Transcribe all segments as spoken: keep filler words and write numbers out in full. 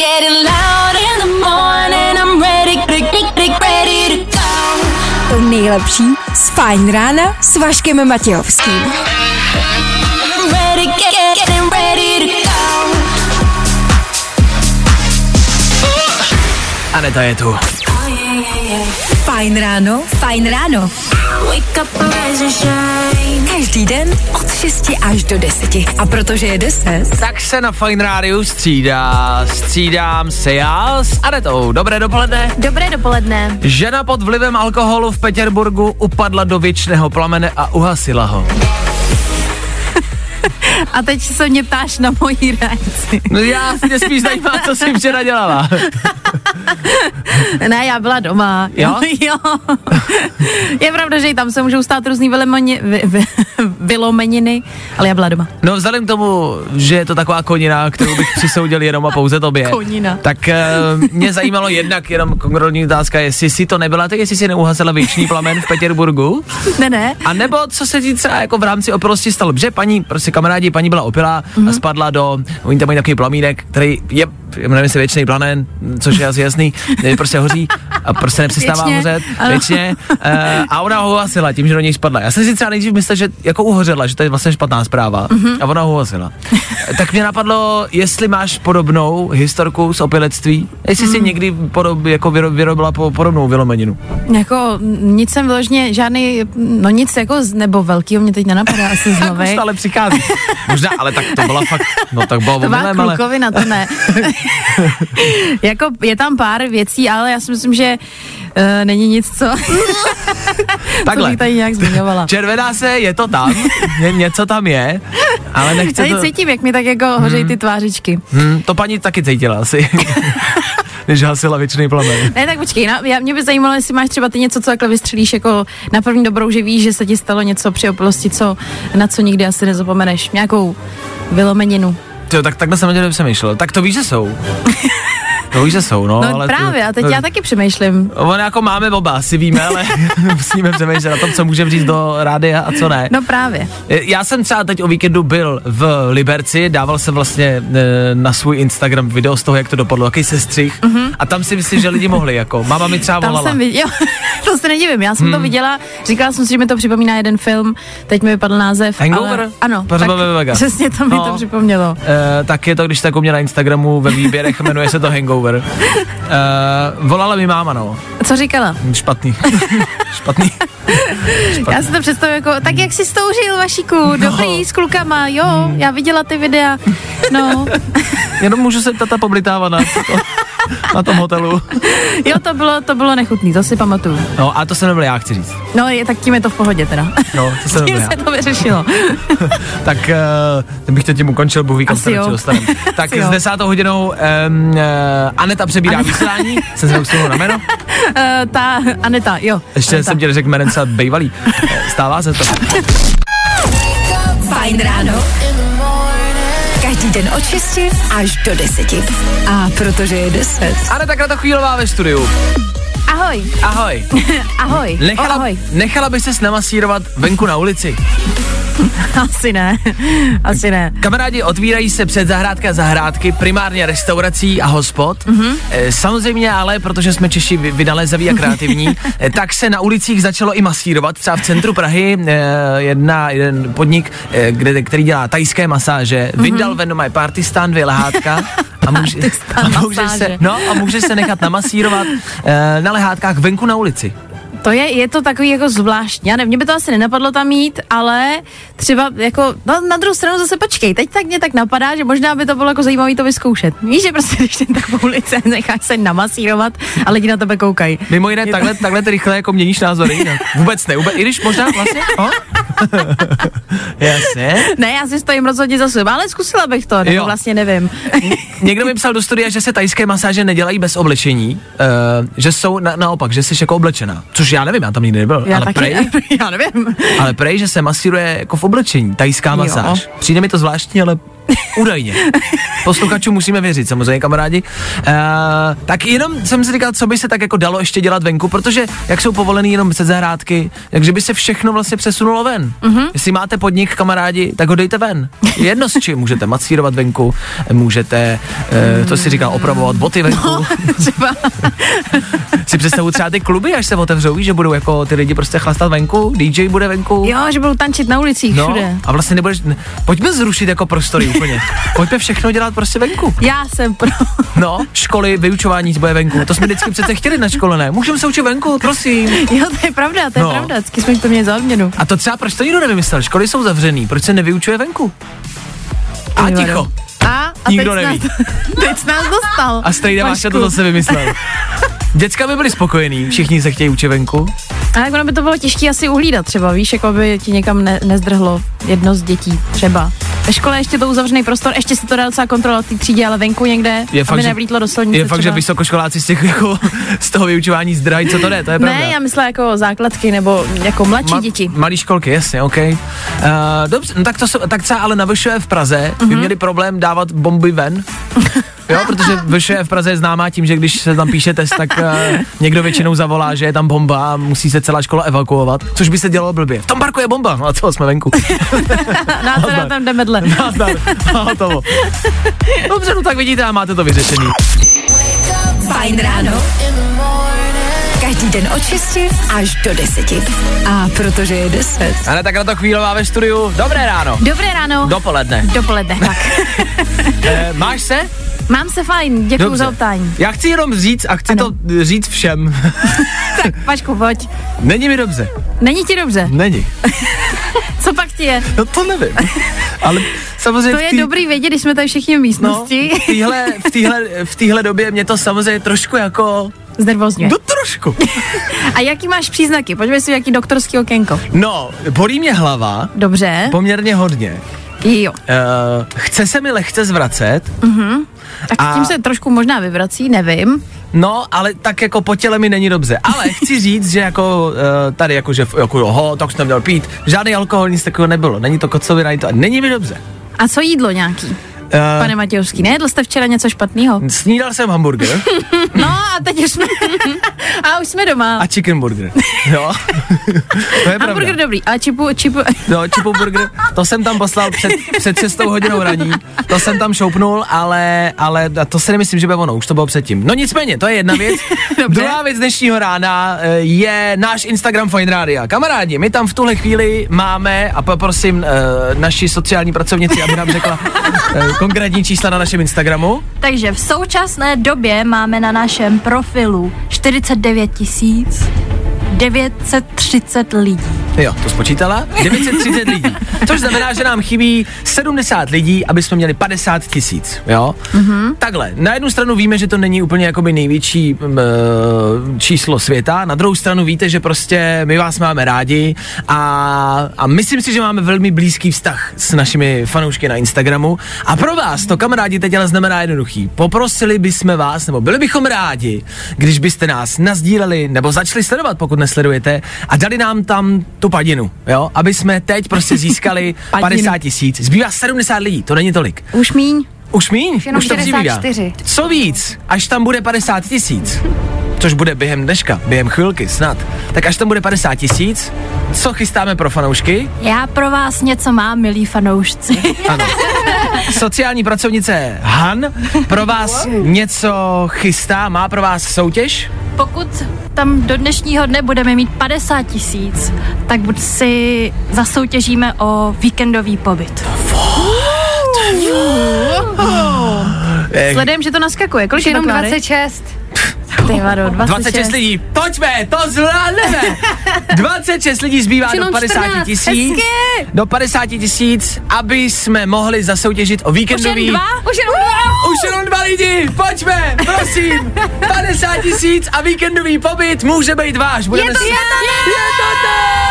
To nejlepší z Fajn rána s Vaškem Matějovským. Aneta je tu. Fajn ráno, Fajn ráno. Každý den od šesti až do deseti. A protože je deset, Tak se na Fajn rádiu střídá. Střídám se já s Anetou. Dobré dopoledne. Dobré dopoledne. Žena pod vlivem alkoholu v Petěrburgu upadla do věčného plamene a uhasila ho. A teď se mě ptáš na mojí reakci. No já mě spíš zajímá, co jsi včera dělala. Ne, já byla doma. Jo? Jo. Je pravda, že i tam se můžou stát různý vylemoni, vy, vy, vylomeniny, ale já byla doma. No vzhledem k tomu, že je to taková konina, kterou bych přisoudil jenom a pouze tobě. Konina. Tak uh, mě zajímalo jednak jenom konkrétní otázka, jestli si to nebyla, tak jestli si neuhasila věčný plamen v Petěrburgu. Ne, ne. A nebo co se ti třeba jako v rámci opilosti stalo, že paní, prostě kamarádi, paní byla opilá mm-hmm. a spadla do, oni tam mají takový plamínek, který je, nevím se věčný plamen, což je asi jasný, prostě hoří a prostě nepřestává Věčně, hořet, ano. věčně, uh, a ona ho uhasila tím, že do něj spadla. Já jsem si třeba nejdřív myslel, že jako uhořela, že to je vlastně špatná zpráva mm-hmm. a ona ho uhasila. Tak mě napadlo, jestli máš podobnou historku z opilectví, jestli mm. si někdy podob, jako vyro, vyrobila po, podobnou vylomeninu. Jako nic jsem vyloženě, žádný, no nic jako, z, nebo velkýho mě teď nenapadá asi z hlavy. Stále přichází. Možná, ale tak to byla fakt, no tak bylo To byla omylem, ale... klukovina, to ne. Jako je tam pár věcí, ale já si myslím, že uh, není nic, co, Takhle. co bych tady nějak zmiňovala. Červená se, je to tam, ně, něco tam je, ale nechce Tady to... cítím, jak mi tak jako hmm. hořejí ty tvářičky. Hmm, to paní taky cítila asi. Než hasila věčný plamen. Ne, tak počkej, no, já, mě by zajímalo, jestli máš třeba ty něco, co takhle vystřelíš jako na první dobrou, že víš, že se ti stalo něco při opilosti, co, na co nikdy asi nezapomeneš. Nějakou vylomeninu. Jo, tak takhle jsem o těm přemýšlel. Tak to víš, že jsou. To víš, že jsou, no. No ale právě, to, a teď to, já taky přemýšlím. On jako máme oba, asi víme, ale musíme přemýšlet na tom, co můžeme říct do rádia a co ne. No právě. Já jsem třeba teď o víkendu byl v Liberci, dával jsem vlastně na svůj Instagram video z toho, jak to dopadlo, jaký sestřih, mm-hmm. a tam si myslím, že lidi mohli, jako, máma mi třeba Tam volala. jsem viděla, to se nedivím, já jsem hmm. to viděla, říkala jsem si, že mi to připomíná jeden film, teď mi vypadl název. Hangover? Ale, ano, tak přesně to mi no, to připomnělo. E, tak je to, když tak u mě na Instagramu ve výběrech, jmenuje se to Hangover. E, volala mi máma, no. Co říkala? Špatný. Špatný. Špatný. Já si to představuji jako, tak jak jsi stoužil, Vašíku, dobrý, no. S klukama, jo, já viděla ty videa, no. Jenom můžu se tata poblitávat na, to, na tom hotelu. Jo, to bylo, to bylo nechutný, to si pamatuju. No, a to jsem nebyl já, chci říct. No, je, tak tím je to v pohodě teda. No, to jsem tím nebyl se já. to vyřešilo. Tak uh, bych to tím ukončil, Bůh ví, kam se dostanem. Tak Asi s jo. desátou hodinou um, uh, Aneta přebírá Aneta. vysílání. Jsem se neusunul na jméno. Uh, ta Aneta, jo. Ještě Aneta. jsem ti řekl jménem třeba bejvalý. Stává se to. Fajn ráno. Každý den od šesti až do deseti. A protože je deset. Aneta Kratochvílová ve studiu. Ahoj. Ahoj. Ahoj. Nechala, O, ahoj. nechala by ses namasírovat venku na ulici? Asi ne. Asi ne. Kamarádi, otvírají se před zahrádky a zahrádky, primárně restaurací a hospod. Mm-hmm. E, samozřejmě ale, protože jsme Češi vynalézaví a kreativní, e, tak se na ulicích začalo i masírovat. Třeba v centru Prahy e, jedna, jeden podnik, e, kde, který dělá tajské masáže, mm-hmm. vydal ven mají partystán, dvě lehátka a, může, a může se, no, a může se nechat namasírovat e, na lehátkách venku na ulici. To je, je to takový jako zvláštní. Já nevím, mě by to asi nenapadlo tam jít, ale třeba jako, no, na druhou stranu zase počkej, teď tak mě tak napadá, že možná by to bylo jako zajímavý to vyzkoušet. Víš, že prostě když jen tak po ulici necháš se namasírovat a lidi na tebe koukají. Mimo jiné, takhle, takhle ty rychle jako měníš názory, jinak. Vůbec ne, vůbec, i když možná vlastně, oh? Jasně. Ne, já si stojím rozhodně za sebe, ale zkusila bych to, nebo Jo. vlastně nevím. Někdo mi psal do studia, že se tajské masáže nedělají bez oblečení, uh, že jsou na, naopak, že jsi jako oblečená. Což já nevím, já tam nikdy nebyl, Já ale taky, prej, já nevím. ale prej, že se masíruje jako v oblečení, tajská masáž. Jo. Přijde mi to zvláštní, ale Údajně. Posluchačům musíme věřit, samozřejmě, kamarádi. Uh, tak jenom jsem si říkal, co by se tak jako dalo ještě dělat venku, protože jak jsou povolený jenom zahrádky, takže by se všechno vlastně přesunulo ven. Mm-hmm. Jestli máte podnik, kamarádi, tak ho dejte ven. Jedno s čím, můžete masírovat venku, můžete, uh, to si říkal, opravovat boty venku. No, třeba. Si představuji třeba ty kluby, až se otevřou, víš, že budou jako ty lidi prostě chlastat venku, D J bude venku. Jo, že budou tančit na ulicích no, všude. A vlastně nebudeš, ne, pojďme zrušit jako prostory úplně. Pojďme všechno dělat prostě venku. Já jsem pro. No, školy, vyučování bude venku. To jsme vždycky přece chtěli na škole, ne? Můžeme se učit venku, prosím. Jo, to je pravda, to je No. pravda. Vždycky jsme to měli za odměnu. A to třeba proč to nikdo nevymyslel? Školy jsou zavřený, proč se nevyučuje venku? A Ty ticho. A, a Nikdo teď neví. Nás, teď jsi nás dostal. A strejda Váša to Vašku. zase vymyslel. Děcka by byli spokojení, všichni se chtějí učit venku. A jak ono by to bylo těžké asi uhlídat třeba, víš, jako by ti někam ne, nezdrhlo jedno z dětí třeba. Ve škole ještě to uzavřený prostor, ještě se to dá docela kontrolovat v té třídě, ale venku někde, Je fakt, aby že- nevlítlo do silnice Je fakt, že třeba. vysokoškoláci z, těch, jako, z toho vyučování zdrají, co to jde, to je pravda. Ne, já myslela jako základky nebo jako mladší Ma- děti. Malý školky, jasně, OK. Uh, dobře, no tak to jsou, tak třeba ale na V Š V v Praze mm-hmm. by měli problém dávat bomby ven. Jo, protože V Š V v Praze je známá tím, že když se tam píše test, tak uh, někdo většinou zavolá, že je tam bomba a musí se celá škola evakuovat, což by se dělalo blbě. V tom parku je bomba, no a co, jsme venku. No a to já tam jdeme dle. Nazdar, a hotovo. Dobře, no tak vidíte a máte to vyřešený. Fajn ráno. Každý den od šesti až do deseti. A protože je deset. A ne, tak na to chvílová ve studiu. Dobré ráno. Dobré ráno. Dopoledne. Dopoledne, tak. E, máš se? Mám se fajn, děkuju Dobře. za optání. Já chci jenom říct a chci Ano. to říct všem. Tak, Vašku, pojď. Není mi dobře. Není ti dobře? Není. Co pak ti je? No to nevím. Ale samozřejmě To v je tý- dobrý vědět, když jsme tady všichni v No, místnosti. v téhle, v téhle, v téhle době mě to samozřejmě trošku jako... Znervozňuje. No trošku. A jaký máš příznaky? Pojďme si, jaký doktorský okénko. No, bolí mě hlava Dobře. poměrně hodně. Jo. Uh, chce se mi lehce zvracet. Tak a- tím se trošku možná vyvrací, nevím. No, ale tak jako po těle mi není dobře. Ale chci říct, že jako uh, tady jako, že jako joho, tak jsem měl pít. Žádný alkohol, nic takového nebylo. Není to kocovina, není to, není mi dobře. A co jídlo nějaký? Uh, Pane Matějovský, nejedl jste včera něco špatného? Snídal jsem hamburger No a teď už jsme, a už jsme doma. a chicken burger. Jo. To je Hamburger pravda. dobrý. A čipu, čipu, No, chipu burger, to jsem tam poslal před, před šestou hodinou raní, to jsem tam šoupnul, ale, ale to si nemyslím, že by ono, už to bylo předtím. No nicméně, to je jedna věc. Dobře. Druhá věc dnešního rána eh, je náš Instagram Fajn Rádia. Kamarádi, my tam v tuhle chvíli máme, a poprosím eh, naši sociální pracovnici, aby nám řekla eh, konkrétní čísla na našem Instagramu. Takže v současné době máme na našem profilu čtyřicet devět tisíc devět set třicet lidí. Jo, to spočítala? devět set třicet lidí. Což znamená, že nám chybí sedmdesát lidí, aby jsme měli padesát tisíc, jo? Mm-hmm. Takhle, na jednu stranu víme, že to není úplně jakoby největší m, číslo světa, na druhou stranu víte, že prostě my vás máme rádi a, a myslím si, že máme velmi blízký vztah s našimi fanoušky na Instagramu a pro vás to, kamarádi, teď ale znamená jednoduchý. Poprosili bychom vás, nebo byli bychom rádi, když byste nás nazdíleli nebo začali sledovat, pokud nesledujete, a dali nám tam tu padinu, jo, aby jsme teď prostě získali padesát tisíc. Zbývá sedmdesát lidí, to není tolik. už míň. Už míň, jenom už to přibývá. šedesát čtyři. Co víc, až tam bude padesát tisíc, což bude během dneška, během chvilky snad, tak až tam bude padesát tisíc, co chystáme pro fanoušky? Já pro vás něco mám, milí fanoušci. Ano. Sociální pracovnice Han pro vás něco chystá, má pro vás soutěž? Pokud tam do dnešního dne budeme mít padesát tisíc, tak bud- si zasoutěžíme o víkendový pobyt. Eh, Sledujem, že to naskakuje. Kolik Jenom je to, Kláry? dvacet šest. Ty vado, dvacet šest lidí, pojďme, to zvládneme. dvacet šest lidí zbývá Už do jenom padesát čtrnáct, tisíc. Do padesát tisíc, aby jsme mohli zasoutěžit o Už víkendový... jen dva? Už jenom dva? Už jenom dva lidi, pojďme, prosím. padesát tisíc a víkendový pobyt může být váš. Budeme Je to si- tak! Je to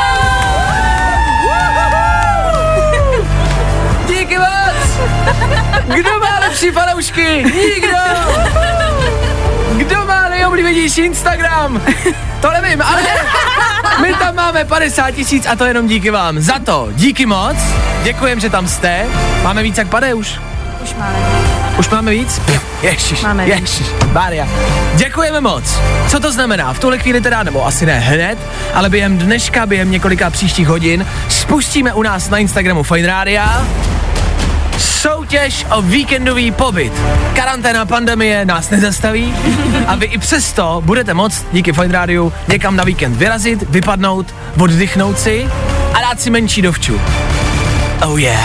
tak! Díky moc. Kdo má lepší fanoušky? Nikdo. Kdo má nejoblíbenější Instagram. To nevím, ale my tam máme padesát tisíc a to jenom díky vám. Za to díky moc, děkujem, že tam jste. Máme víc jak pade už? Už máme. Už máme víc? Ježiš, máme ježiš, Bária. Děkujeme moc. Co to znamená? V tuhle chvíli teda, nebo asi ne hned, ale během dneška, během několika příštích hodin spustíme u nás na Instagramu Fajn Rádia soutěž o víkendový pobyt. Karanténa, pandemie nás nezastaví a vy i přesto budete moct díky Fajn Rádiu někam na víkend vyrazit, vypadnout, oddychnout si a dát si menší dovču. Oh yeah.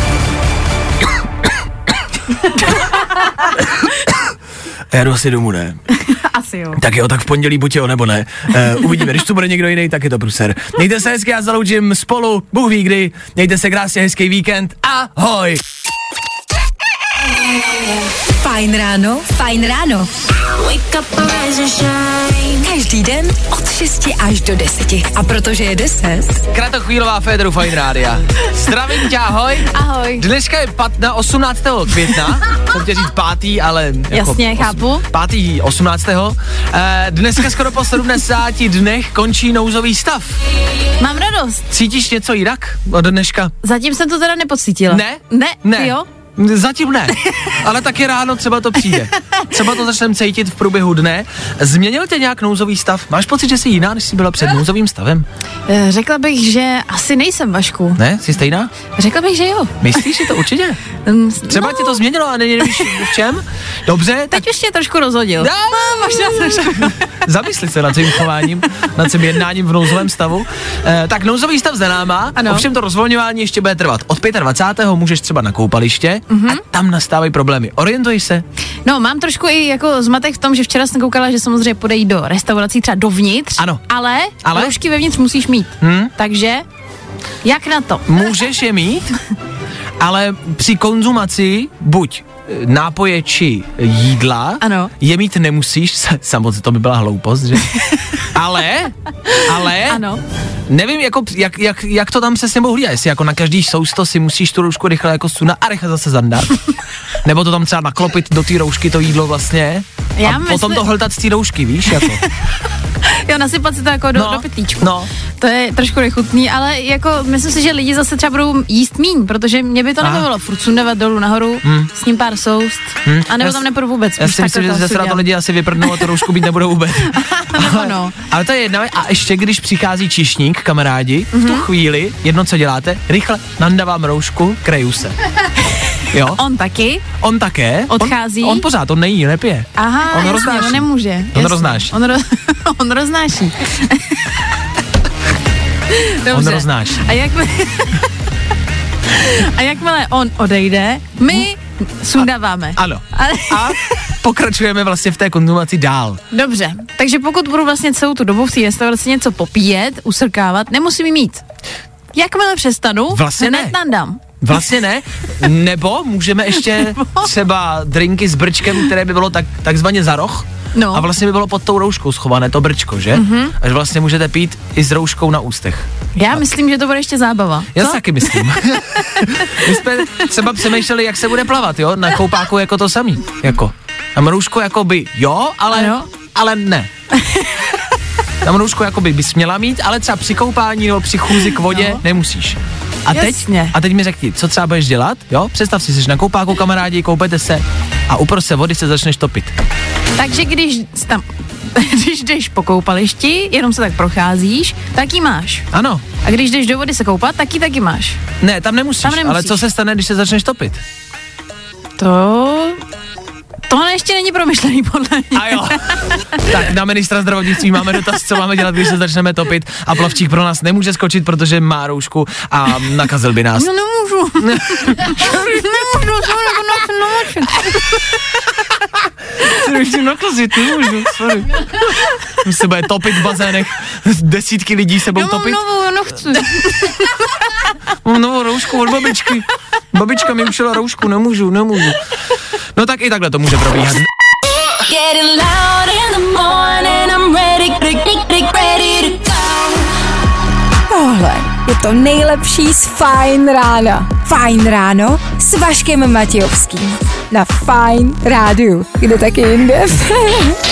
Já jdu asi domů, ne? Asi jo. Tak jo, tak v pondělí buď jo, nebo ne. Uh, uvidíme, když tu bude někdo jiný, tak je to pruser. Mějte se hezky, já zaloučím spolu, Bůh ví kdy. Mějte se krásně, hezký víkend. Ahoj! Fajn ráno, fajn ráno. Každý den od šesti až do deseti. A protože je deset. Kratochvílová Féteru Fajn Rádia. Zdravím tě, ahoj. Ahoj. Dneska je pat na osmnáctého května. Jsem chtěl říct pátý, ale... Jako Jasně, chápu. Pátý osmnáctého E, dneska skoro po sedmdesáti dnech končí nouzový stav. Mám radost. Cítíš něco jinak od dneška? Zatím jsem to teda nepocítila. Ne? Ne, Ne. ty jo? Zatím ne, ale taky ráno třeba to přijde. Třeba to začneme cítit v průběhu dne. Změnil tě nějak nouzový stav? Máš pocit, že jsi jiná, než jsi byla před nouzovým stavem? Eh, Řekla bych, že asi nejsem, Vašku. Ne? Jsi stejná? Řekla bych, že jo. Myslíš si to určitě? Mm, Třeba no, tě to změnilo a nevíš v čem? Dobře, tak teď už tě trošku rozhodil. No, možná trošku. zamysli se nad svým chováním, nad svým jednáním v nouzovém stavu. E, tak nouzový stav za náma, Ano. ovšem to rozvolňování ještě bude trvat. Od dvacátého pátého můžeš třeba na koupaliště mm-hmm. a tam nastávají problémy. Orientuješ se? No, mám trošku i jako zmatek v tom, že včera jsem koukala, že samozřejmě půjde do restaurací třeba dovnitř, Ano. ale, Ale? roušky vevnitř musíš mít. Hm? Takže, jak na to? Můžeš je mít, ale při konzumaci buď nápoje či jídla Ano. je mít nemusíš, samozřejmě to by byla hloupost, že? ale, ale, Ano. nevím, jako, jak, jak, jak to tam přesně bohu hlídat, jestli jako na každý sousto si musíš tu roušku rychle jako sunat a rychle zase zandat, nebo to tam třeba naklopit do té roušky to jídlo vlastně Já a myslím... potom to hltat z té roušky, víš, jako. Jo, nasypat si to jako do, No, do pytlíčku. no. To je trošku nechutný, ale jako myslím si, že lidi zase třeba budou jíst míň, protože mě by to Aha. nebavilo furt sundavat dolů nahoru, Hmm. s ním pár soust, Hmm. a nebo Já tam s- nepůjdu vůbec. Já spíš si myslím, takhle že to zase na asi to udělám. lidi asi vyprdnou a tu roušku být nebudou vůbec. Nebo ale, no. ale to je jedna věc. A ještě když přichází číšník, kamarádi, mm-hmm. v tu chvíli, jedno co děláte, rychle nandávám roušku, kreju se. Jo? On taky? On také. Odchází? On, on pořád, on nejí, nepije. Aha, On jasně, roznáší. on nemůže. On jasně. roznáší. On, ro- on roznáší. Dobře. On roznáší. A jakmile... A jakmile on odejde, my sundáváme. Ano. Ale... A pokračujeme vlastně v té konzumaci dál. Dobře, takže pokud budu vlastně celou tu dobu v té restauraci něco popíjet, usrkávat, nemusím jí mít. Jakmile přestanu, Vlastně hned ne. nandám. Vlastně ne, nebo můžeme ještě třeba drinky s brčkem, které by bylo tak, takzvaně za roh. No. A vlastně by bylo pod tou rouškou schované to brčko, že? Mm-hmm. Až vlastně můžete pít i s rouškou na ústech. Já myslím, že to bude ještě zábava. Já Co? si taky myslím. My jsme třeba přemýšleli, jak se bude plavat, jo? Na koupáku jako to samý. Jako. Tam roušku jako by jo, ale, Ano. ale ne. Tam roušku jako by bys měla mít, ale třeba při koupání nebo při chůzi k vodě No. nemusíš. A teď, Jasně. a teď mi řekni, co třeba budeš dělat, jo? Představ si, jsi na koupáku, kamarádi, koupete se a uprostřed vody se začneš topit. Takže když jsi tam, když jdeš po koupališti, jenom se tak procházíš, tak ji máš. Ano. A když jdeš do vody se koupat, tak ji taky máš. Ne, tam nemusíš, Tam nemusíš. ale co se stane, když se začneš topit? To... Tohle ještě není promyšlený podle mě. A jo. Tak na ministra zdravotnictví máme dotaz, co máme dělat, když se začneme topit a plavčík pro nás nemůže skočit, protože má roušku a nakazil by nás. No nemůžu. Nemůžu, to jako namočit. Můžu nakazit, nemůžu, sorry. Už se bude topit v bazénech, desítky lidí se budou Já mám topit. novou, no chci. Mám novou roušku od babičky. Babička mi ušila roušku, nemůžu, nemůžu. No tak i takhle to může probíhat. Tohle je to nejlepší z Fajn rána. Fajn ráno s Vaškem Matějovským. Na Fajn rádiu. Kde taky jinde?